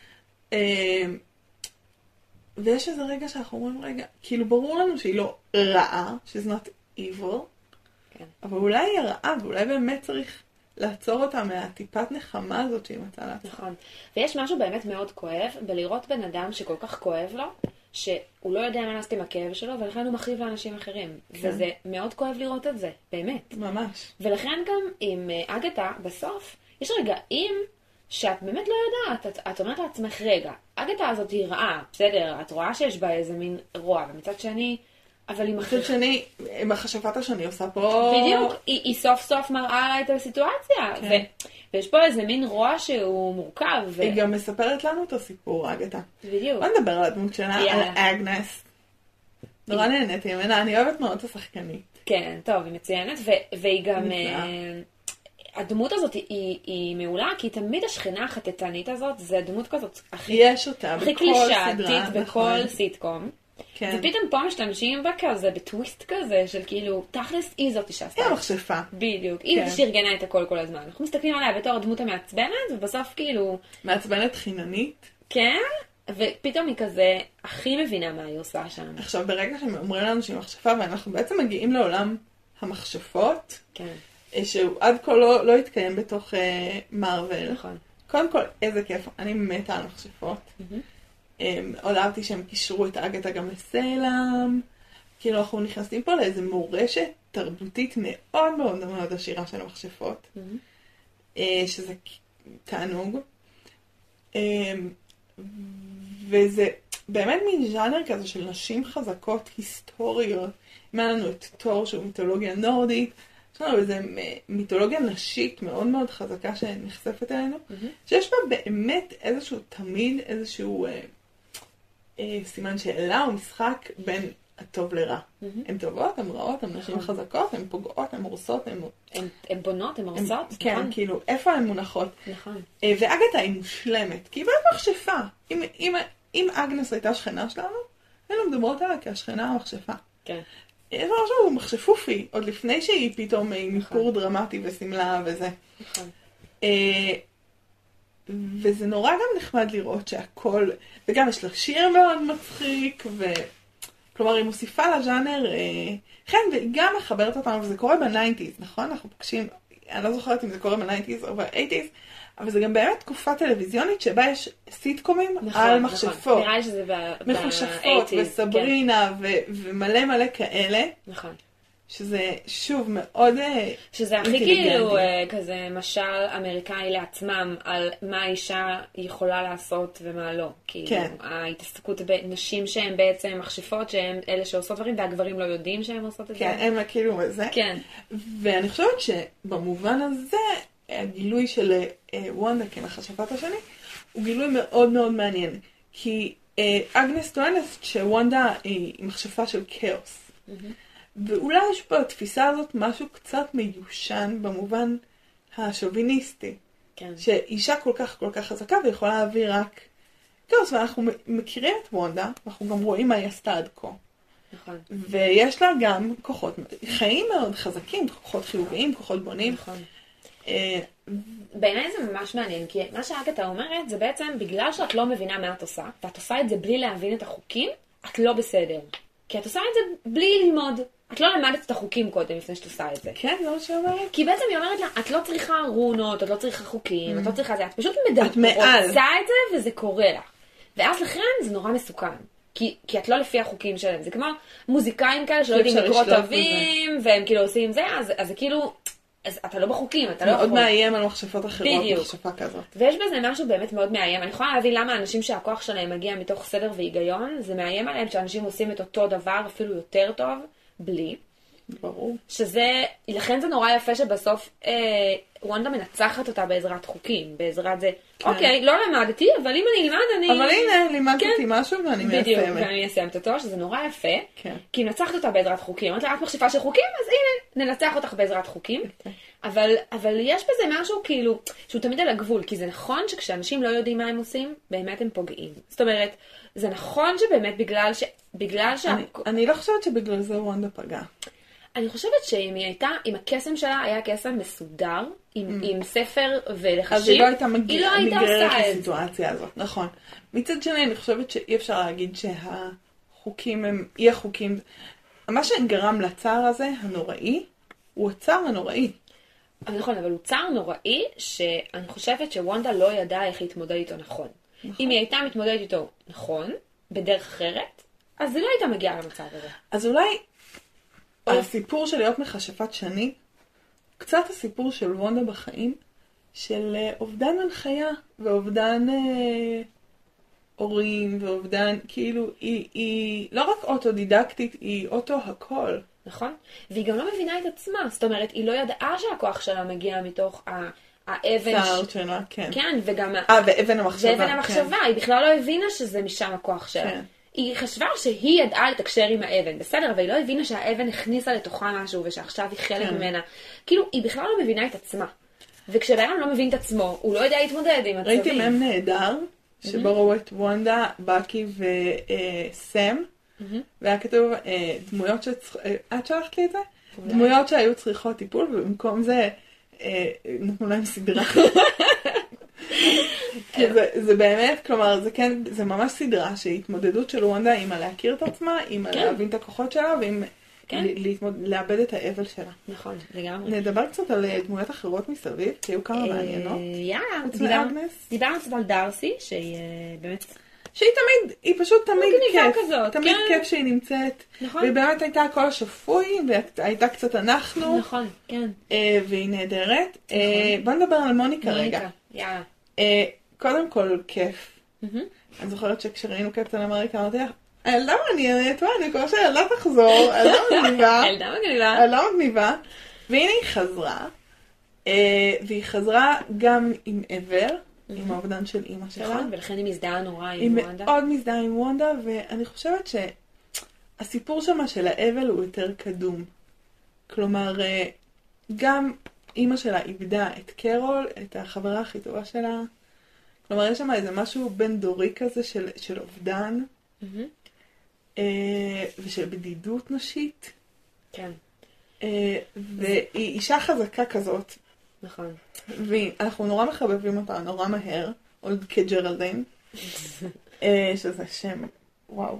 ויש איזה רגע שאנחנו אומרים, רגע, כאילו ברור לנו שהיא לא רעה, she's not evil, אבל אולי היא רעה, ואולי באמת צריך לעצור אותה מהטיפת נחמה הזאת שהיא מצאה לעצמה. נכון. ויש משהו באמת מאוד כואב, בלראות בן אדם שכל כך כואב לו, שהוא לא יודע מה לעשות עם הכאב שלו, ולכן הוא מחריב לאנשים אחרים. כן. וזה מאוד כואב לראות את זה, באמת. ממש. ולכן גם עם אגתה, בסוף, יש רגעים שאת באמת לא יודעת, את, את אומרת לעצמך, רגע, אגתה הזאת היא רעה, בסדר, את רואה שיש בה איזה מין רוע, ומצד שני, אבל היא מצד שני, בחשבת השני עושה פה... בדיוק, היא, היא סוף סוף מראה את הסיטואציה, כן. ו, ויש פה איזה מין רוע שהוא מורכב. ו... היא גם מספרת לנו את הסיפור, אגתה. בדיוק. בוא נדבר על הדמות שלה, על אגנס. נורא נהניתי ממנה, אני אוהבת מאוד את השחקנית. כן, טוב, היא מצוינת, ו, והיא גם... הדמות הזאת היא, היא מעולה, כי תמיד השכנה החטטנית הזאת, זה דמות כזאת הכי, יש אותה הכי קלישאתית בכל סיטקום. כן. ופתאום פה משתמשים בה כזה, בטוויסט כזה, של כאילו, תכלס היא זאת שעשתה. היא המכשפה. בדיוק. היא זאת שארגנה את הכל כל הזמן. אנחנו מסתכלים עליה בתור הדמות המעצבנת, ובסוף כאילו... מעצבנת חיננית. כן, ופתאום היא כזה הכי מבינה מה היא עושה שם. עכשיו, ברגע שהם אומרים לנו שהיא מכשפה, ואנחנו בעצם מגיעים לעולם המכשפות, כן. שהוא עד כה לא, לא התקיים בתוך uh, מארוול. נכון. קודם כל, איזה כיף, אני מתה על מכשפות. Mm-hmm. עוד אהבתי שהם קישרו את אגתה גם לסלם. כאילו, אנחנו נכנסים פה לאיזו מורשת תרבותית מאוד מאוד מאוד עשירה של המכשפות. Mm-hmm. שזה תענוג. וזה באמת מין ז'אנר כזה של נשים חזקות היסטוריות. אם היה לנו את תור שהוא מיתולוגיה נורדית, יש לנו איזו מיתולוגיה נשית מאוד מאוד חזקה שנחשפת אלינו, mm-hmm. שיש בה באמת איזשהו תמיד, איזשהו אה, אה, סימן שאלה או משחק בין הטוב לרע. Mm-hmm. הן טובות, הן רעות, הן נשים חזקות, הן פוגעות, הן הורסות, הן... הן בונות, הן הורסות. כן, נכון. כאילו, איפה הן מונחות? נכון. אה, ואגתה היא מושלמת, כי היא באמת מכשפה. אם, אם, אם אגנס הייתה שכנה שלנו, היינו מדברות עליה כהשכנה המכשפה. כן. יש משהו מחשפופי, עוד לפני שהיא פתאום ניכור דרמטי וסמלה וזה. נכון. וזה נורא גם נחמד לראות שהכל, וגם יש לה שיר מאוד מצחיק, כלומר היא מוסיפה לז'אנר, כן, וגם מחברת אותנו, וזה קורה בניינטיז, נכון? אנחנו פוגשים, אני לא זוכרת אם זה קורה בניינטיז או באייטיז, אבל זה גם באמת תקופה טלוויזיונית שבה יש סיטקומים נכון, על מכשפות. נכון. נראה לי שזה ב-אייטיז. מחושפות וסברינה כן. ו- ומלא מלא כאלה. נכון. שזה שוב מאוד שזה הכי כאילו כזה משל אמריקאי לעצמם על מה האישה יכולה לעשות ומה לא. כאילו כן. ההתעסקות בנשים שהן בעצם מכשפות, שהן אלה שעושות דברים והגברים לא יודעים שהן עושות את כן, זה. כן, הם כאילו זה. כן. ואני חושבת שבמובן הזה הגילוי של וונדה כמכשפת השני הוא גילוי מאוד מאוד מעניין. כי אגנס טוענת שוונדה היא מכשפה של כאוס. Mm-hmm. ואולי יש פה התפיסה הזאת משהו קצת מיושן במובן השוביניסטי. כן. שאישה כל כך כל כך חזקה ויכולה להביא רק כאוס, ואנחנו מכירים את וונדה, אנחנו גם רואים מה היא עשתה עד כה. נכון. ויש לה גם כוחות, חיים מאוד חזקים, כוחות חיוביים, כוחות בונים. נכון. בעיניי זה ממש מעניין, כי מה שאגתה אומרת זה בעצם בגלל שאת לא מבינה מה את עושה, ואת עושה את זה בלי להבין את החוקים, את לא בסדר. כי את עושה את זה בלי ללמוד. את לא למדת את החוקים קודם לפני שאת עושה את זה. כן, זה מה שאומרת. כי בעצם היא אומרת לה, את לא צריכה רונות, את לא צריכה חוקים, את לא צריכה זה, את פשוט את מעל. רוצה את זה וזה קורה לך. ואז לכן זה נורא מסוכן. כי, כי את לא לפי החוקים שלהם. זה כמו מוזיקאים כאלה שלא יודעים לקרוא תווים, והם כאילו עושים זה, אז, אז זה כאילו, אז אתה לא בחוקים, אתה לא יכול. מאוד מאיים על מחשפות אחרות, בדיוק. מחשפה כזאת. ויש בזה משהו באמת מאוד מאיים. אני יכולה להבין למה אנשים שהכוח שלהם מגיע מתוך סדר והיגיון, זה מאיים עליהם שאנשים עושים את אותו דבר, אפילו יותר טוב, בלי. ברור. שזה, לכן זה נורא יפה שבסוף אה, וונדה מנצחת אותה בעזרת חוקים, בעזרת זה, כן. אוקיי, לא למדתי, אבל אם אני אלמד, אני... אבל הנה, לימדתי כן. משהו ואני מיישמת. בדיוק, ואני מיישמת אותו, שזה נורא יפה, כן. כי היא מנצחת אותה בעזרת חוקים. אמרת לה, את מחשפה של חוקים, אז הנה, ננצח אותך בעזרת חוקים. Okay. אבל, אבל יש בזה משהו כאילו, שהוא תמיד על הגבול, כי זה נכון שכשאנשים לא יודעים מה הם עושים, באמת הם פוגעים. זאת אומרת, זה נכון שבאמת בגלל ש... בגלל ש... אני, אני לא חושבת שבגלל זה וונדה פגע. אני חושבת שאם היא הייתה, אם הקסם שלה היה קסם מסודר, עם, mm. עם ספר ולחשים, אז היא לא הייתה מג... היא לא הייתה מגררת עושה את לסיטואציה הזאת, נכון. מצד שני, אני חושבת שאי אפשר להגיד שהחוקים הם, אי החוקים, מה שגרם לצער הזה, הנוראי, הוא הצער הנוראי. נכון, אבל הוא צער נוראי, שאני חושבת שוונדה לא ידעה איך להתמודד איתו נכון. נכון. אם היא הייתה מתמודדת איתו נכון, בדרך אחרת, אז היא לא הייתה מגיעה למצב הזה. אז אולי... הסיפור של להיות מכשפת שני, קצת הסיפור של וונדה בחיים, של אובדן הנחיה, ואובדן אה, הורים, ואובדן, כאילו, היא, היא לא רק אוטודידקטית, היא אוטו הכל. נכון? והיא גם לא מבינה את עצמה, זאת אומרת, היא לא ידעה שהכוח שלה מגיע מתוך ה... האבן... צער שלה, כן. כן, וגם... אה, ואבן המחשבה. ואבן המחשבה, כן. היא בכלל לא הבינה שזה משם הכוח שלה. כן. היא חשבה שהיא ידעה לתקשר עם האבן, בסדר, אבל היא לא הבינה שהאבן הכניסה לתוכה משהו, ושעכשיו היא חלק כן. ממנה. כאילו, היא בכלל לא מבינה את עצמה. וכשבאדם לא מבין את עצמו, הוא לא יודע להתמודד עם מצבים. ראיתי מהם נהדר, שבו ראו את וונדה, בקי וסם, והיה כתוב דמויות שצריכות, את שלחת לי את זה? דמויות שהיו צריכות טיפול, ובמקום זה נתנו להם סדרה. זה באמת, כלומר, זה כן, זה ממש סדרה שהתמודדות של וונדה עם להכיר את עצמה, עם להבין את הכוחות שלה, ועם לאבד את האבל שלה. נכון, לגמרי. נדבר קצת על דמויות אחרות מסביב, כי היו כמה מעניינות. יאללה, דיברנו קצת על דארסי, שהיא באמת... שהיא תמיד, היא פשוט תמיד כיף. תמיד כיף שהיא נמצאת. והיא באמת הייתה הכל השפוי, והייתה קצת אנחנו. נכון, כן. והיא נהדרת. בוא נדבר על מוניקה רגע. יאללה. קודם כל, כיף. אני זוכרת שכשראינו קפטן אמריקה, אמרתי לך, הילדה מעניינת, מה, אני מקווה שהילדה תחזור, הילדה מגניבה. הילדה מגניבה. הילדה מגניבה. והנה היא חזרה, והיא חזרה גם עם עבר, עם האובדן של אימא שלה. נכון, ולכן היא מזדהה נורא עם וונדה. היא מאוד מזדהה עם וונדה, ואני חושבת שהסיפור שמה של האבל הוא יותר קדום. כלומר, גם אימא שלה איבדה את קרול, את החברה הכי טובה שלה. כלומר, יש שם איזה משהו בין דורי כזה של, של אובדן, ושל בדידות נשית. כן. והיא אישה חזקה כזאת. נכון. ואנחנו נורא מחבבים אותה, נורא מהר, עוד כג'רלדין, שזה שם, וואו.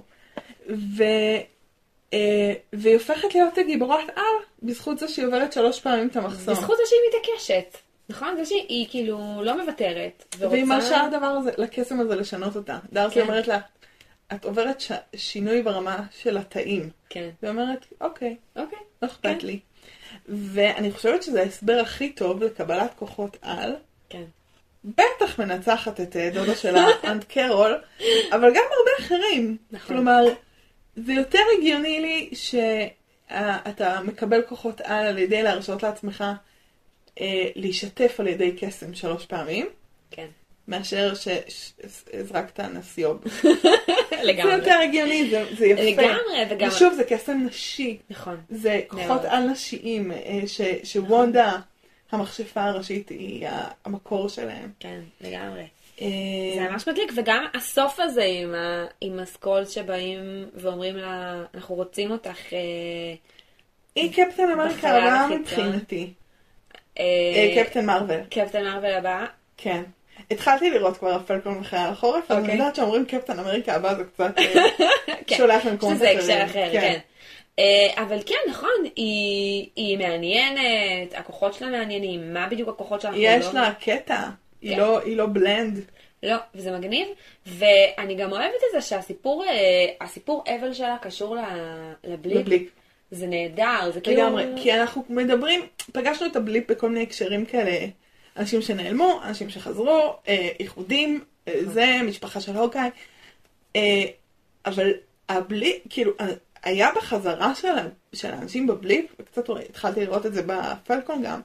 והיא הופכת להיות גיבורת על, בזכות זה שהיא עוברת שלוש פעמים את המחסום. בזכות זה שהיא מתעקשת. נכון? זה שהיא כאילו לא מוותרת. והיא מרשה הדבר הזה, לקסם הזה לשנות אותה. דארסי אומרת לה, את עוברת שינוי ברמה של התאים. כן. והיא אומרת, אוקיי, אוקיי, לא אכפת לי. ואני חושבת שזה ההסבר הכי טוב לקבלת כוחות על. כן. בטח מנצחת את דודה שלה, אנט קרול, אבל גם הרבה אחרים. נכון. כלומר, זה יותר הגיוני לי שאתה מקבל כוחות על על ידי להרשות לעצמך להשתף על ידי קסם שלוש פעמים. כן. מאשר שהזרקת נסיוב. לגמרי. זה יותר הגיוני, זה, זה יפה. לגמרי, וגם... ושוב, זה קסם נשי. נכון. זה כוחות על נשיים, ש, שוונדה, המכשפה הראשית, היא המקור שלהם. כן, לגמרי. זה ממש מדליק, וגם הסוף הזה עם, ה, עם הסקולס שבאים ואומרים לה, אנחנו רוצים אותך... היא קפטן אמריקה הבאה מבחינתי. קפטן מרוול. קפטן מרוול הבאה? כן. התחלתי לראות כבר הפלקון בחייל החורף, אבל אני יודעת שאומרים קפטן אמריקה הבא, זה קצת שולח למקומות אחרים. שזה הקשר אחר, כן. אבל כן, נכון, היא מעניינת, הכוחות שלה מעניינים, מה בדיוק הכוחות שלה? יש לה קטע, היא לא בלנד. לא, וזה מגניב, ואני גם אוהבת את זה שהסיפור, הסיפור אבל שלה קשור לבליפ. זה נהדר, זה כאילו... לגמרי, כי אנחנו מדברים, פגשנו את הבליפ בכל מיני הקשרים כאלה, אנשים שנעלמו, אנשים שחזרו, איחודים, זה, משפחה של הוקאי, אבל הבליפ, כאילו, היה בחזרה של, של האנשים בבליפ, וקצת התחלתי לראות את זה בפלקון גם,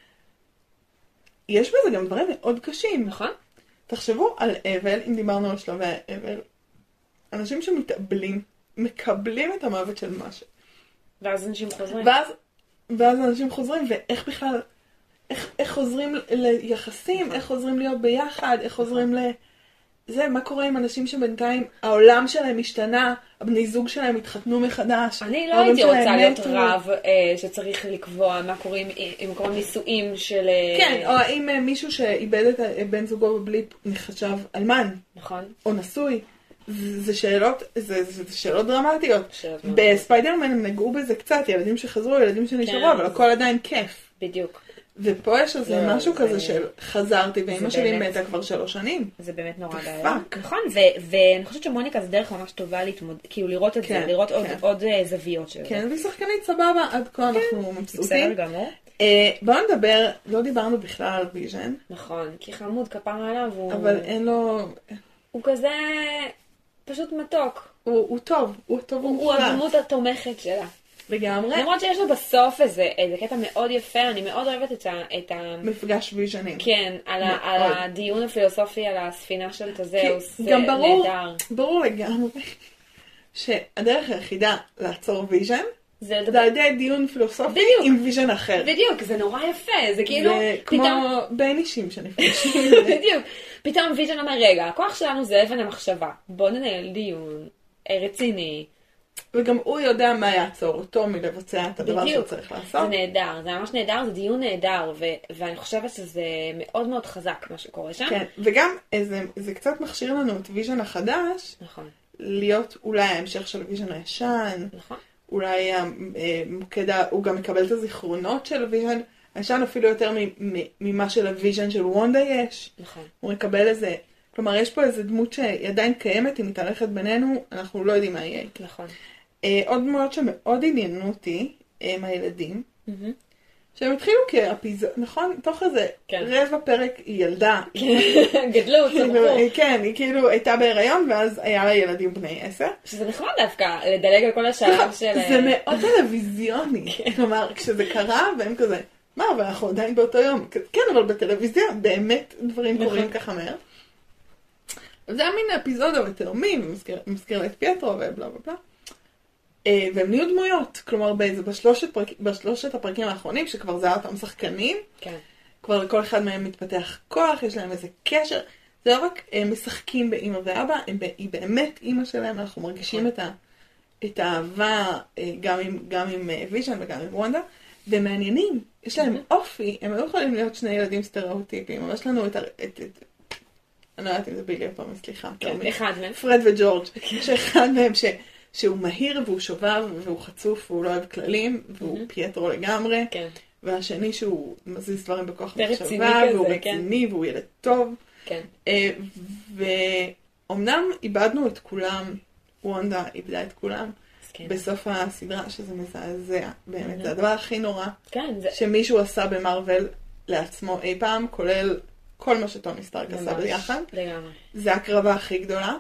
יש בזה גם דברים מאוד קשים. נכון. תחשבו על אבל, אם דיברנו על שלבי אבל, אנשים שמתאבלים, מקבלים את המוות של משהו. ואז אנשים חוזרים. ואז, ואז אנשים חוזרים, ואיך בכלל, איך, איך חוזרים ליחסים, איך חוזרים להיות ביחד, איך חוזרים ל... זה, מה קורה עם אנשים שבינתיים העולם שלהם השתנה, הבני זוג שלהם התחתנו מחדש. אני לא הייתי רוצה להיות רב שצריך לקבוע מה קורה עם קוראים נישואים של... כן, או האם מישהו שאיבד את בן זוגו בבליפ נחשב אלמן. נכון. או נשוי. זה שאלות, זה, זה שאלות דרמטיות. בספיידרמן הם נגעו בזה קצת, ילדים שחזרו, ילדים שנשארו, אבל הכל עדיין כיף. בדיוק. ופה יש איזה משהו כזה של חזרתי, ואמא שלי מתה כבר שלוש שנים. זה באמת נורא בעיה. נכון, ואני חושבת שמוניקה זה דרך ממש טובה להתמודד, כאילו לראות את זה, לראות עוד זוויות שלו. כן, והיא שחקנית סבבה, עד כה אנחנו מבסוטים. בסדר גמור. בואו נדבר, לא דיברנו בכלל על ויז'ן. נכון, כי חמוד כפר עליו. אבל אין לו... הוא כזה פשוט מתוק. הוא טוב, הוא טוב ומוחלט. הוא הדמות התומכת שלה. לגמרי. למרות שיש לו בסוף איזה, איזה קטע מאוד יפה, אני מאוד אוהבת את ה... את ה... מפגש ויז'נים. כן, על, ה, על הדיון הפילוסופי, על הספינה של תזאוס, זה גם ברור, נהדר. ברור לגמרי, שהדרך היחידה לעצור ויז'ן, זה על ידי דיון פילוסופי בדיוק. עם ויז'ן אחר. בדיוק, זה נורא יפה, זה כאילו... זה כמו פתאום... בין אישים שנפגשים. בדיוק, פתאום ויז'ן אומר, רגע, הכוח שלנו זה אבן המחשבה, בוא ננהל דיון רציני, וגם הוא יודע מה יעצור אותו מלבצע את הדבר שהוא צריך לעשות. זה נהדר, זה ממש נהדר, זה דיון נהדר, ו- ואני חושבת שזה מאוד מאוד חזק מה שקורה שם. כן, וגם זה, זה קצת מכשיר לנו את ויז'ן החדש, נכון. להיות אולי ההמשך של ויז'ן הישן, נכון. אולי המוקד, הוא גם מקבל את הזיכרונות של ויז'ן הישן אפילו יותר ממה של הוויז'ן של וונדה יש. נכון. הוא מקבל איזה, כלומר יש פה איזה דמות שהיא עדיין קיימת, היא מתהלכת בינינו, אנחנו לא יודעים מה יהיה. נכון. עוד דמויות שמאוד עניינו אותי, הם הילדים, שהם התחילו כאפיזוד, נכון? תוך איזה רבע פרק היא ילדה. גדלו, צמחו. כן, היא כאילו הייתה בהיריון, ואז היה לה ילדים בני עשר. שזה נחמד דווקא, לדלג על כל השלב של... זה מאוד טלוויזיוני. כלומר, כשזה קרה, והם כזה, מה, אבל אנחנו עדיין באותו יום. כן, אבל בטלוויזיה באמת דברים קורים ככה מהר. זה היה מין אפיזודה בתאומים, מזכיר את פייטרו ובלה בלה בלה. והם נהיו דמויות, כלומר בשלושת, פרק, בשלושת הפרקים האחרונים, שכבר זה היה אותם שחקנים, כן. כבר לכל אחד מהם מתפתח כוח, יש להם איזה קשר, זה לא רק הם משחקים באמא ואבא, הם, היא באמת אמא שלהם, אנחנו מרגישים את, ה, את האהבה גם עם, גם עם ויז'ן וגם עם וונדה, והם מעניינים, יש להם אופי, הם לא יכולים להיות שני ילדים סטריאוטיפיים, אבל יש לנו את, את, את אני לא יודעת אם זה בילי או פעם, סליחה, כן, אחד מהם. פרד וג'ורג', שאחד מהם ש... שהוא מהיר והוא שובב והוא חצוף והוא לא אוהב כללים והוא mm-hmm. פייטרו לגמרי. כן. והשני שהוא מזיז דברים בכוח מחשבה והוא רציני כן. והוא ילד טוב. כן. ואומנם איבדנו את כולם, וונדה איבדה את כולם, כן. בסוף הסדרה שזה מזעזע. באמת, mm-hmm. זה הדבר הכי נורא כן, זה... שמישהו עשה במרוול לעצמו אי פעם, כולל כל מה שטוני סטארק עשה ביחד. לגמרי. זה הקרבה הכי גדולה.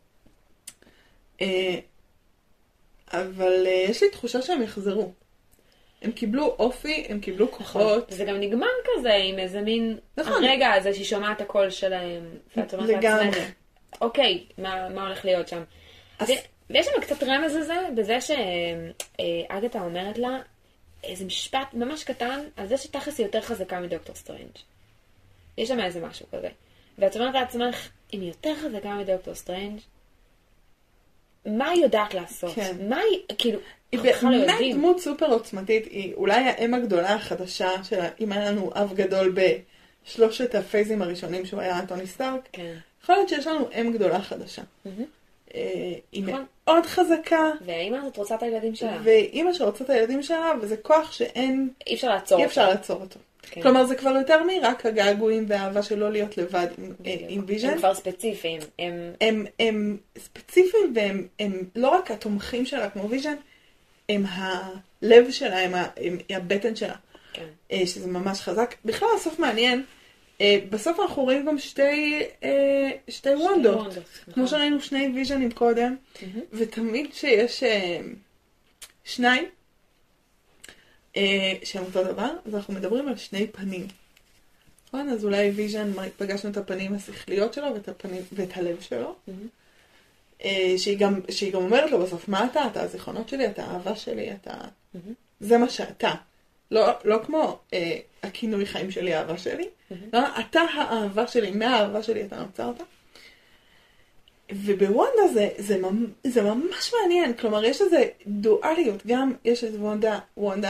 אבל uh, יש לי תחושה שהם יחזרו. הם קיבלו אופי, הם קיבלו כוחות. זה גם נגמר כזה עם איזה מין נכון. הרגע הזה שהיא שומעת הקול שלהם. ואת אומרת לעצמך, אוקיי, מה, מה הולך להיות שם? אז... ויש שם קצת רמז הזה, בזה שאגתה אומרת לה איזה משפט ממש קטן, על זה שתכלס היא יותר חזקה מדוקטור סטרנג'. יש שם איזה משהו כזה. ואת אומרת לעצמך, אם היא יותר חזקה מדוקטור סטרנג', מה היא יודעת לעשות? כן. מה היא, כאילו, היא באמת דמות סופר עוצמתית, היא אולי האם הגדולה החדשה שלה, אם היה לנו אב גדול בשלושת הפייזים הראשונים שהוא היה טוני סטארק, כן. יכול להיות שיש לנו אם גדולה חדשה. Mm-hmm. היא מאוד חזקה. והאמא הזאת רוצה את הילדים שלה. ואמא שרוצה את הילדים שלה, וזה כוח שאין... אי אפשר לעצור אי אפשר לעצור אותו. כן. כלומר, זה כבר יותר מרק הגעגועים והאהבה שלא להיות לבד עם, עם ויז'ן. הם כבר ספציפיים. הם... הם, הם ספציפיים והם הם לא רק התומכים שלה כמו ויז'ן, הם הלב שלה, הם, הם הבטן שלה. כן. שזה ממש חזק. בכלל, הסוף מעניין. בסוף אנחנו רואים גם שתי, שתי וונדות. כמו שראינו שני ויז'נים קודם, ותמיד שיש שניים, שהם אותו דבר, אז אנחנו מדברים על שני פנים. נכון? אז אולי ויז'ן, פגשנו את הפנים השכליות שלו ואת, הפנים, ואת הלב שלו. Mm-hmm. שהיא, גם, שהיא גם אומרת לו בסוף, מה אתה? אתה הזיכרונות שלי, אתה האהבה שלי, אתה... Mm-hmm. זה מה שאתה. לא, לא כמו אה, הכינוי חיים שלי, האהבה שלי. Mm-hmm. לא, אתה האהבה שלי, מהאהבה שלי אתה נוצרת. ובוונדה זה, זה, זה ממש מעניין. כלומר, יש איזו דואליות. גם יש את וונדה, וונדה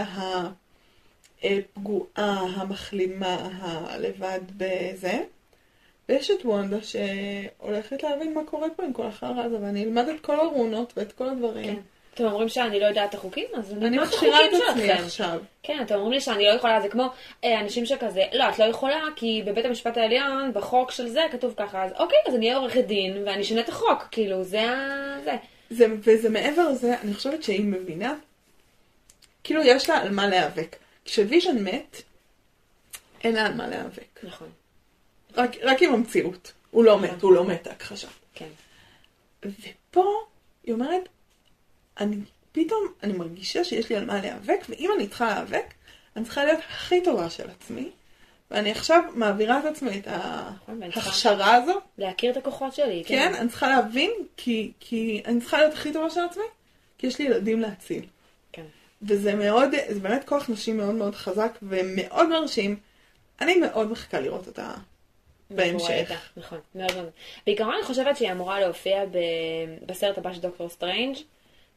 הפגועה, המחלימה, הלבד בזה. ויש את וונדה שהולכת להבין מה קורה פה עם כל החרא הזה, ואני אלמד את כל הרונות ואת כל הדברים. כן. אתם אומרים שאני לא יודעת את החוקים, אז אני אני מכשירה את עצמי עכשיו. כן, אתם אומרים לי שאני לא יכולה, זה כמו אה, אנשים שכזה, לא, את לא יכולה, כי בבית המשפט העליון, בחוק של זה, כתוב ככה, אז אוקיי, אז אני אהיה עורכת דין, ואני אשנה את החוק, כאילו, זה זה. זה, וזה מעבר לזה, אני חושבת שהיא מבינה, כאילו יש לה על מה להיאבק. כשוויז'ן מת, אין לה על מה להיאבק. נכון. רק, רק עם המציאות. הוא לא מת, הוא לא מת, הכחשה. כן. ופה היא אומרת, אני פתאום, אני מרגישה שיש לי על מה להיאבק, ואם אני צריכה להיאבק, אני צריכה להיות הכי טובה של עצמי, ואני עכשיו מעבירה את עצמי את ההכשרה הזו. להכיר את הכוחות שלי. כן, אני צריכה להבין, כי, כי אני צריכה להיות הכי טובה של עצמי, כי יש לי ילדים להציל. כן. וזה מאוד, זה באמת כוח נשי מאוד מאוד חזק, ומאוד מרשים. אני מאוד מחכה לראות אותה בהמשך. נכון, מאוד מאוד. בעיקרון אני חושבת שהיא אמורה להופיע בסרט הבא של דוקטור סטרנג',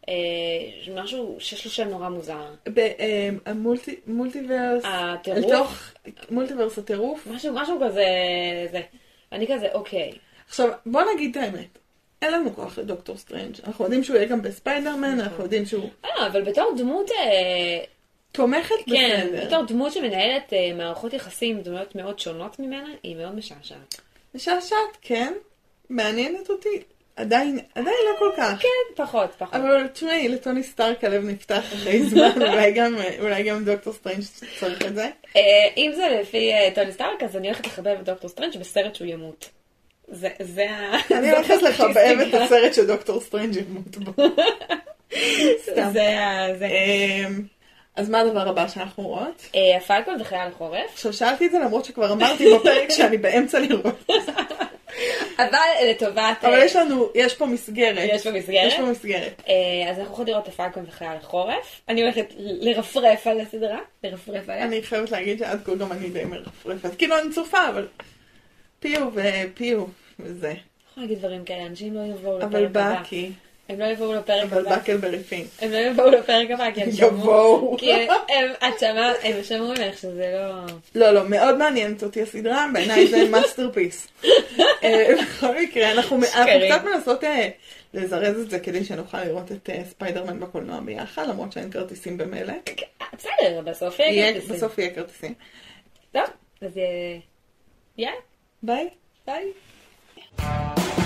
משהו שיש לו שם נורא מוזר. המולטיברס, הטירוף? מולטיברס הטירוף. משהו, משהו כזה, זה. אני כזה, אוקיי. עכשיו, בוא נגיד את האמת. אין לנו כוח לדוקטור סטרנג'. אנחנו יודעים שהוא יהיה גם בספיידרמן, אנחנו יודעים שהוא... אה, אבל בתור דמות... תומכת בסדר. כן, בתור דמות שמנהלת מערכות יחסים דמויות מאוד שונות ממנה, היא מאוד משעשעת. משעשעת, כן. מעניינת אותי. עדיין, עדיין לא כל כך. כן, פחות, פחות. אבל תשמעי, לטוני סטארק הלב נפתח אחרי זמן, אולי גם, אולי גם דוקטור סטרנג' צריך את זה. אם זה לפי טוני סטארק, אז אני הולכת לחבב את דוקטור סטרנג' בסרט שהוא ימות. זה, זה ה... אני הולכת לחבב את הסרט שדוקטור סטרנג' ימות בו. סתם. זה ה... זה. אז מה הדבר הבא שאנחנו רואות? הפלקון וחייל החורף. עכשיו שאלתי את זה למרות שכבר אמרתי בפרק שאני באמצע לראות. אבל לטובת... אבל יש לנו, יש פה מסגרת. יש פה מסגרת? יש פה מסגרת. אז אנחנו יכולים לראות את הפלקון וחייל החורף. אני הולכת לרפרף על הסדרה. לרפרף עליה. אני חייבת להגיד שעד כה גם אני די מרפרפת. כאילו אני צופה, אבל פיו ופיו וזה. יכול להגיד דברים כאלה, אנשים לא יבואו לפרק אבל הבא. בא כי... הם לא יבואו לפרק הבא. אבל בקלברי פין. הם לא יבואו לפרק הבא, כי הם שמעו. יבואו. כי את שמעה, הם שמעו ממך שזה לא... לא, לא, מאוד מעניינת אותי הסדרה, בעיניי זה מאסטרפיס. בכל מקרה, אנחנו קצת מנסות לזרז את זה כדי שנוכל לראות את ספיידרמן בקולנוע ביחד, למרות שאין כרטיסים במילא. בסדר, בסוף יהיה כרטיסים. בסוף יהיה כרטיסים. טוב, אז יאללה. ביי. ביי.